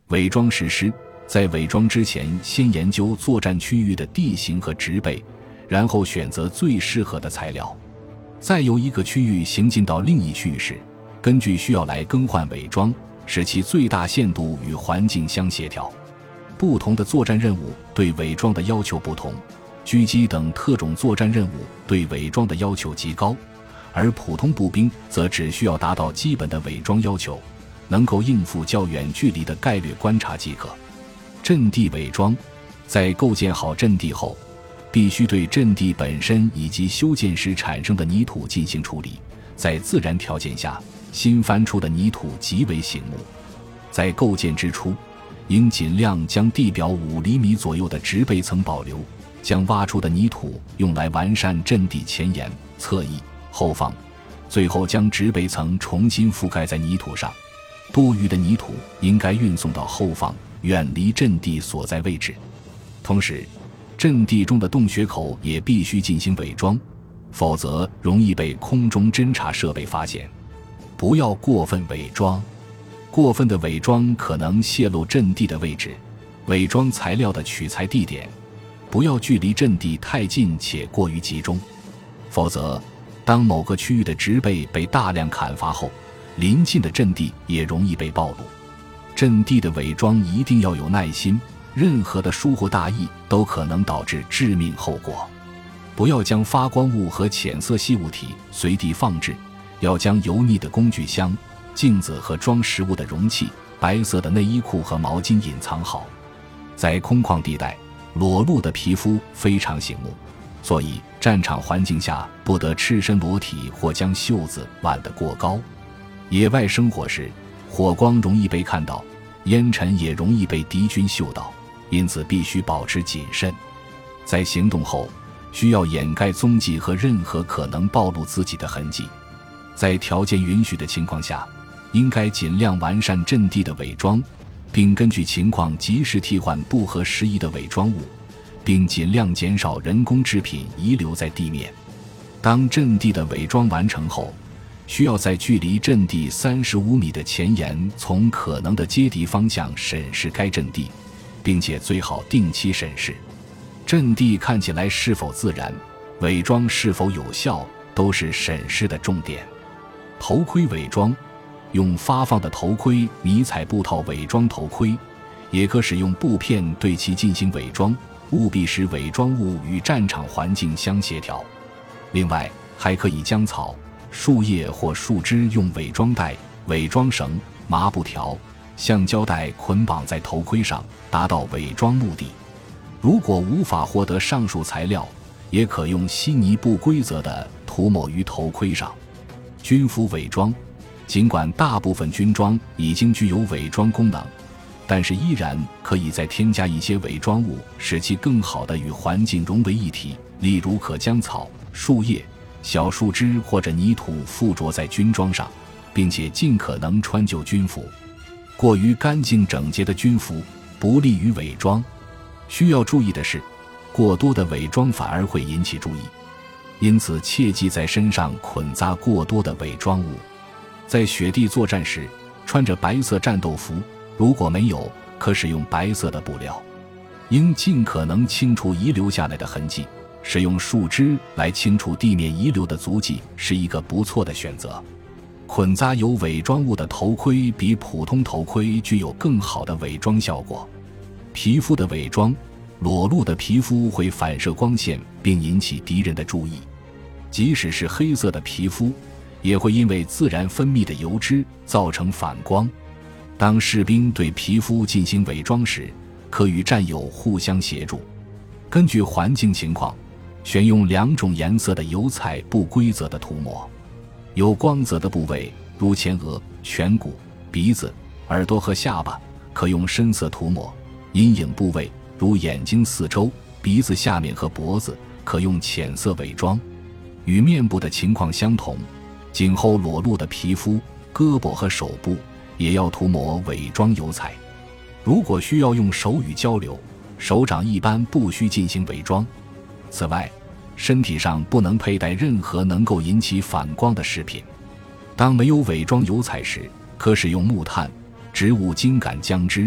伪装实施，在伪装之前先研究作战区域的地形和植被，然后选择最适合的材料。再由一个区域行进到另一区域时，根据需要来更换伪装，使其最大限度与环境相协调。不同的作战任务对伪装的要求不同，狙击等特种作战任务对伪装的要求极高，而普通步兵则只需要达到基本的伪装要求，能够应付较远距离的概略观察即可。阵地伪装，在构建好阵地后，必须对阵地本身以及修建时产生的泥土进行处理。在自然条件下，新翻出的泥土极为醒目。在构建之初，应尽量将地表5厘米左右的植被层保留，将挖出的泥土用来完善阵地前沿、侧翼、后方，最后将植被层重新覆盖在泥土上。多余的泥土应该运送到后方，远离阵地所在位置。同时，阵地中的洞穴口也必须进行伪装，否则容易被空中侦察设备发现。不要过分伪装，过分的伪装可能泄露阵地的位置。伪装材料的取材地点不要距离阵地太近且过于集中，否则当某个区域的植被被大量砍伐后，邻近的阵地也容易被暴露。阵地的伪装一定要有耐心，任何的疏忽大意都可能导致致命后果。不要将发光物和浅色细物体随地放置，要将油腻的工具箱、镜子和装食物的容器、白色的内衣裤和毛巾隐藏好。在空旷地带，裸露的皮肤非常醒目，所以战场环境下不得赤身裸体或将袖子挽得过高。野外生活时，火光容易被看到，烟尘也容易被敌军嗅到，因此必须保持谨慎。在行动后，需要掩盖踪迹和任何可能暴露自己的痕迹。在条件允许的情况下，应该尽量完善阵地的伪装，并根据情况及时替换不合时宜的伪装物，并尽量减少人工制品遗留在地面。当阵地的伪装完成后，需要在距离阵地35米的前沿从可能的接敌方向审视该阵地，并且最好定期审视。阵地看起来是否自然，伪装是否有效，都是审视的重点。头盔伪装，用发放的头盔迷彩布套伪装头盔，也可使用布片对其进行伪装，务必使伪装物与战场环境相协调。另外，还可以将草、树叶或树枝用伪装带、伪装绳、麻布条、橡胶带捆绑在头盔上，达到伪装目的。如果无法获得上述材料，也可用稀泥不规则地涂抹于头盔上。军服伪装，尽管大部分军装已经具有伪装功能，但是依然可以再添加一些伪装物，使其更好地与环境融为一体。例如可将草、树叶、小树枝或者泥土附着在军装上，并且尽可能穿就军服。过于干净整洁的军服不利于伪装。需要注意的是，过多的伪装反而会引起注意，因此切忌在身上捆扎过多的伪装物。在雪地作战时，穿着白色战斗服，如果没有，可使用白色的布料。应尽可能清除遗留下来的痕迹，使用树枝来清除地面遗留的足迹是一个不错的选择。捆扎有伪装物的头盔比普通头盔具有更好的伪装效果。皮肤的伪装，裸露的皮肤会反射光线并引起敌人的注意，即使是黑色的皮肤也会因为自然分泌的油脂造成反光。当士兵对皮肤进行伪装时，可与战友互相协助，根据环境情况选用2种颜色的油彩不规则的涂抹。有光泽的部位如前额、颧骨、鼻子、耳朵和下巴可用深色涂抹，阴影部位如眼睛四周、鼻子下面和脖子可用浅色伪装。与面部的情况相同，颈后裸露的皮肤、胳膊和手部也要涂抹伪装油彩。如果需要用手语交流，手掌一般不需进行伪装。此外，身体上不能佩戴任何能够引起反光的饰品。当没有伪装油彩时，可使用木炭、植物茎秆浆汁、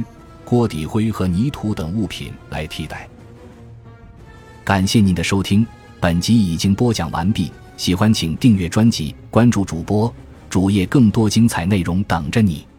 锅底灰和泥土等物品来替代。感谢您的收听，本集已经播讲完毕，喜欢请订阅专辑，关注主播，主页更多精彩内容等着你。